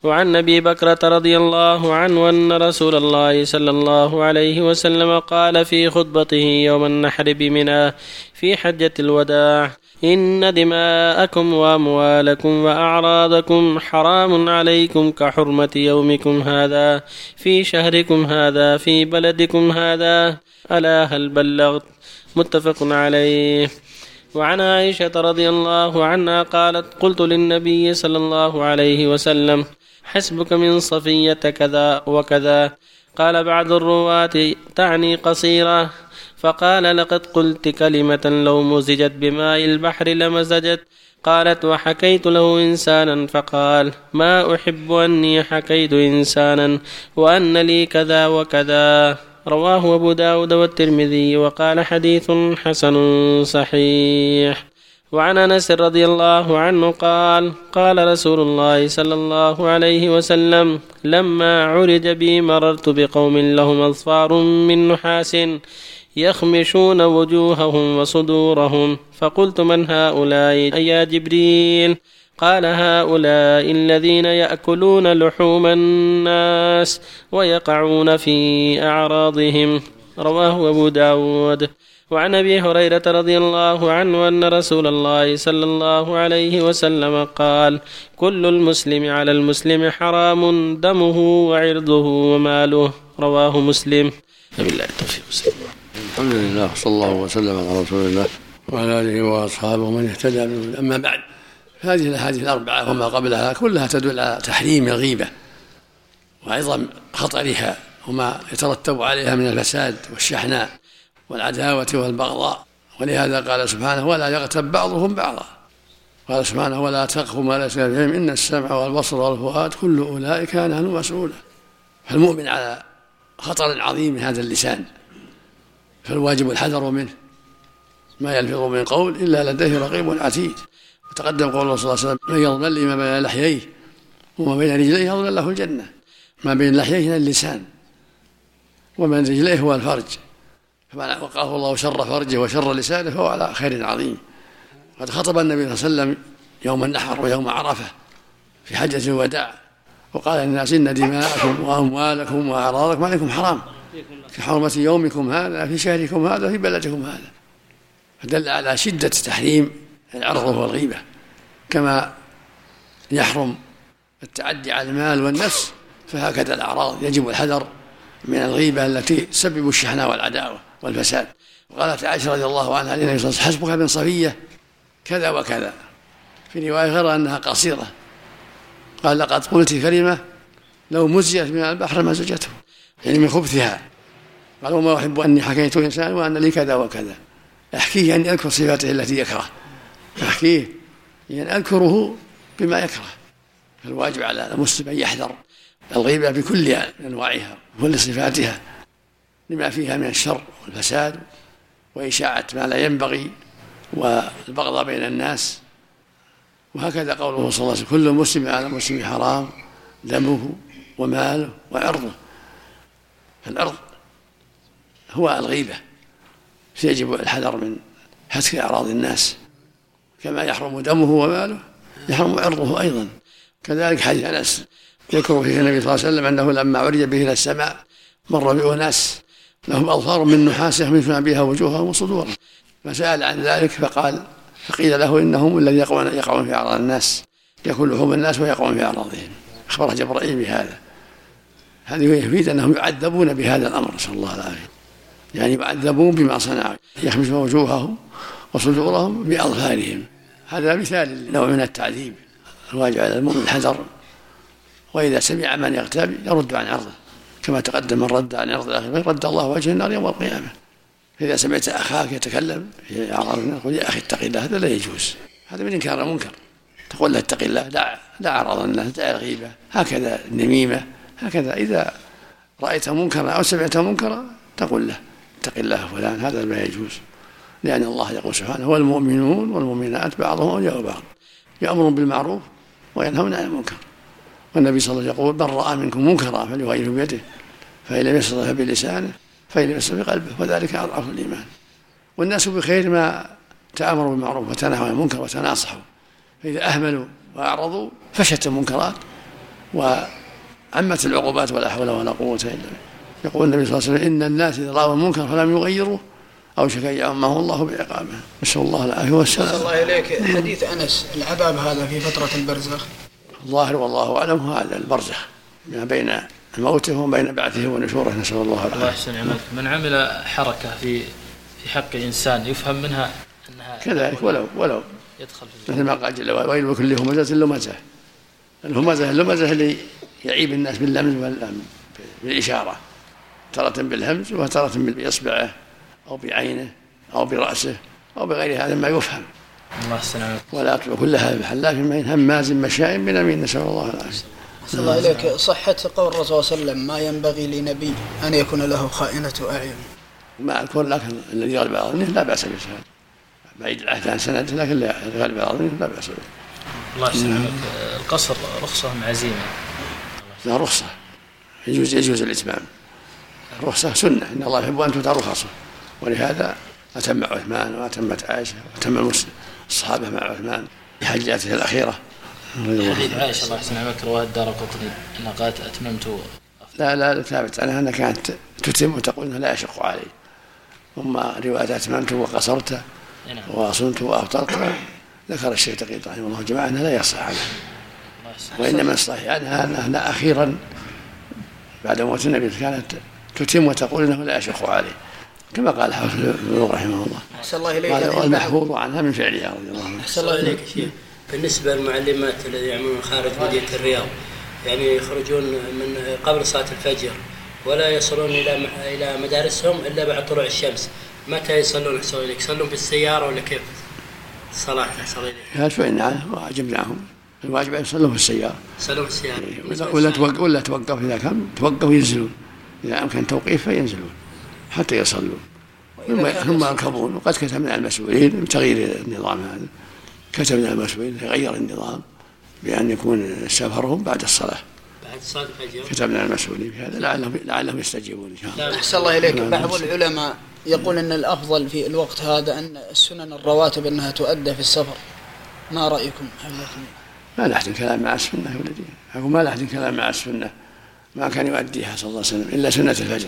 وعن أبي بكرة رضي الله عنه أن رسول الله صلى الله عليه وسلم قال في خطبته يوم النحر بمنى في حجة الوداع: إن دماءكم وأموالكم وأعراضكم حرام عليكم كحرمة يومكم هذا في شهركم هذا في بلدكم هذا، ألا هل بلغت؟ متفق عليه. وعن عائشة رضي الله عنها قالت: قلت للنبي صلى الله عليه وسلم: حسبك من صفية كذا وكذا. قال بعض الرواة: تعني قصيرة. فقال: لقد قلت كلمة لو مزجت بماء البحر لمزجت. قالت: وحكيت له إنسانا فقال: ما أحب أني حكيت إنسانا وأن لي كذا وكذا. رواه أبو داود والترمذي وقال: حديث حسن صحيح. وعن أنس رضي الله عنه قال: قال رسول الله صلى الله عليه وسلم: لما عرج بي مررت بقوم لهم أظفار من نحاس يخمشون وجوههم وصدورهم، فقلت: من هؤلاء يا جبريل؟ قال: هؤلاء الذين يأكلون لحوم الناس ويقعون في أعراضهم. رواه أبو داود. وعن أبي هريرة رضي الله عنه أن رسول الله صلى الله عليه وسلم قال: كل المسلم على المسلم حرام دمه وعرضه وماله. رواه مسلم. بالله التوفيق. الحمد لله صلى الله وسلم على رسول الله وعلى آله وأصحابه من اهتدى به. أما بعد، هذه الأحاديث الأربعة وما قبلها كلها تدل على تحريم الغيبة وعظم خطرها وما يترتب عليها من الفساد والشحناء والعداوة والبغضاء. ولهذا قال سبحانه: ولا يغتب بعضهم بعضا. قال سبحانه: ولا تقف ما ليس لك به إن السمع والبصر والفؤاد كل أولئك كان عنه مسؤولا. فالمؤمن على خطر عظيم من هذا اللسان، فالواجب الحذر منه، ما يلفظ من قول إلا لديه رقيب عتيد. وتقدم قول الله صلى الله عليه وسلم: من يضمن لي ما بين لحييه وما بين رجليه يضمن له الجنة. ما بين لحييه اللسان ومن رجليه هو الفرج، وقاه الله شر فرجه وشر لسانه فهو على خير عظيم. قد خطب النبي صلى الله عليه وسلم يوم النحر ويوم عرفة في حجة الوداع وقال للناس: إن دماءكم وأموالكم وأعراضكم عليكم حرام في حرمة يومكم هذا في شهركم هذا في بلدكم هذا. فدل على شدة تحريم العرض والغيبة، كما يحرم التعدي على المال والنفس فهكذا الأعراض يجب الحذر من الغيبة التي تسبب الشحناء والعداوة والفساد. وقالت عائشة رضي الله عنها للنبي صلى الله عليه وسلم: حسبك من صفية كذا وكذا. في رواية غير أنها قصيرة، قال: لقد قلت كلمة لو مزجت من البحر مزجته، يعني من خبثها. قال: وما أحب أني حكيت إنسان وأن لي كذا وكذا. أحكيه أن أذكر صفاته التي يكره، أحكيه أن أذكره بما يكره. فالواجب على المسلم أن يحذر الغيبة بكل أنواعها وكل صفاتها لما فيها من الشر والفساد وإشاعة ما لا ينبغي والبغض بين الناس. وهكذا قوله صلى الله عليه وسلم: كل مسلم على مسلم حرام دمه وماله وعرضه. فالعرض هو الغيبة، فيجب الحذر من هتك أعراض الناس، كما يحرم دمه وماله يحرم عرضه أيضا. كذلك حديث أنس يذكر فيه النبي صلى الله عليه وسلم أنه لما عرج به إلى السماء مر بأناس لهم أظفار من نحاس يخمشون بها وجوههم وصدورهم، فسأل عن ذلك فقيل له: إنهم الذين يقعون في أعراض الناس، يأكل لحوم الناس ويقعون في أعراضهم. أخبر جبرائيل بهذا. هذا يفيد أنهم يعذبون بهذا الأمر، نسأل الله العافية، يعني يعذبون بما صنعوا، يخمشون وجوههم وصدورهم بأظفارهم. هذا مثال نوع من التعذيب. الواجب على المؤمن الحذر، وإذا سمع من يغتاب يرد عن عرضه، كما تقدم: من رد عن عرض الآخر رد الله وجه النار يوم القيامة. إذا سمعت أخاك يتكلم في أعراض الناس قل: يا أخي اتق الله، هذا لا يجوز، هذا من إنكار المنكر. تقول له: اتق الله، دع أعراض الناس، دع الغيبة. هكذا النميمة، هكذا إذا رأيت منكرا أو سمعت منكرا تقول له: اتق الله فلان، هذا لا يجوز. لأن الله يقول سبحانه: والمؤمنون والمؤمنات بعضهم أولياء بعض يأمرون بالمعروف وينهون عن المنكر. والنبي صلى الله عليه وسلم يقول: من رأى منكم منكرا فليغيره بيده، فإن لم يستطع فبلسانه، فإن لم يستطع بقلبه، وذلك أضعف الإيمان. والناس بخير ما تأمروا بالمعروف وتنهوا عن المنكر وتناصحوا. فإذا أهملوا وأعرضوا فشت المنكرات وعمت العقوبات ولا حول ولا قوة إلا بالله. يقول النبي صلى الله عليه وسلم إن الناس إذا رأوا المنكر فلم يغيروه أوشك أن يعمه الله بعقابه، نسأل الله العافية والسلام. صلى الله إليك، حديث أنس العذاب هذا في فترة البرزخ الظاهر والله أعلم هذا البرزخ ما بين موته وبين بعثه ونشوره، نسأل الله العافية. الله يحسن عملك. من عمل حركة في حق إنسان يفهم منها أنها كذلك ولو يدخل في مثل ما قال جل وعلا ويل لكل همزة لمزة. اللمزة اللي يعيب الناس باللمز بالإشارة، تارة بالهمز وتارة بإصبعه أو بعينه أو برأسه أو بغير هذا ما يفهم. الله يحسن عملك. ولا تطع كل حلاف مهين هماز مشاء بنميم، نسأل الله العافية. صلى الله عليك. صحة قول الرسول صلى الله عليه وسلم ما ينبغي لنبي أن يكون له خائنة أعين. ما أكون، لكن الذي غلب على ظنه لا بأس به، بعيد العهد عن سند لكن لا غلب على ظنه لا بأس به. الله يحسن عملك. القصر رخصة أم عزيمة؟ لا، رخصة، يجوز الإتمام، رخصة سنة، إن الله يحب أن تؤتى رخصه، ولهذا أتم عثمان وأتمت عائشة وأتم الصحابة مع عثمان في حجاته الأخيرة. حديث عائشة الله يحسن عملك رواه الدارقطني أنها قالت أتممت. لا ثابت عنها أنها كانت تتم وتقول أنها لا يشق علي. أما رواية أتممت وقصرت وصمت وأفطرت ذكر الشيخ تقي رحمه الله جماعة أنها لا يصح عنها، وإنما الصحيح عنها أنها أخيرا بعد موت النبي كانت تتم وتقول أنه لا يشق علي، كما قال حافظ ابن رحمه الله. أحسن الله إليك. والمحفوظ عنها من فعلها رضي الله عنه. أحسن الله إليك شيخ. بالنسبة للمعلمات الذين يعملون خارج مدينة الرياض، يعني يخرجون من قبل صلاة الفجر ولا يصلون إلى مدارسهم إلا بعد طلوع الشمس، متى يصلون؟ أحسن الله إليك، يصلون في السيارة ولا كيف الصلاة؟ أحسن الله إليك. هذا فعلنا عنه واجب معهم، الواجب أن يصلون في السيارة. يصلون في السيارة ولا توقف إذا كان توقفوا ينزلون، إذا أمكن توقيف فينزلون حتى يصلون ثم يركبون. وقد كتبنا على المسؤولين تغيير النظام هذا، كتبنا على المسؤولين يغير النظام بأن يكون سفرهم بعد الصلاة، بعد صلاة الفجر. كتبنا على المسؤولين في هذا لعلهم يستجيبون إن شاء الله. أحسن الله إليك. بعض العلماء يقول أن الأفضل في الوقت هذا أن السنن الرواتب أنها تؤدى في السفر، ما رأيكم حملكم؟ ما لحد كلام مع السنة يا ولدي، أقول ما لحد كلام مع السنة ما كان يؤديها صلى الله عليه وسلم إلا سنة الفجر.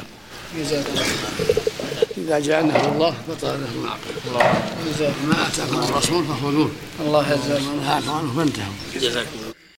إذا جاء نهر الله بطل نهر العقل. ما أتاكم الرسول فخذوه، الله يجزاكم. وما نهاكم عنه فانتهوا. جزاكم الله.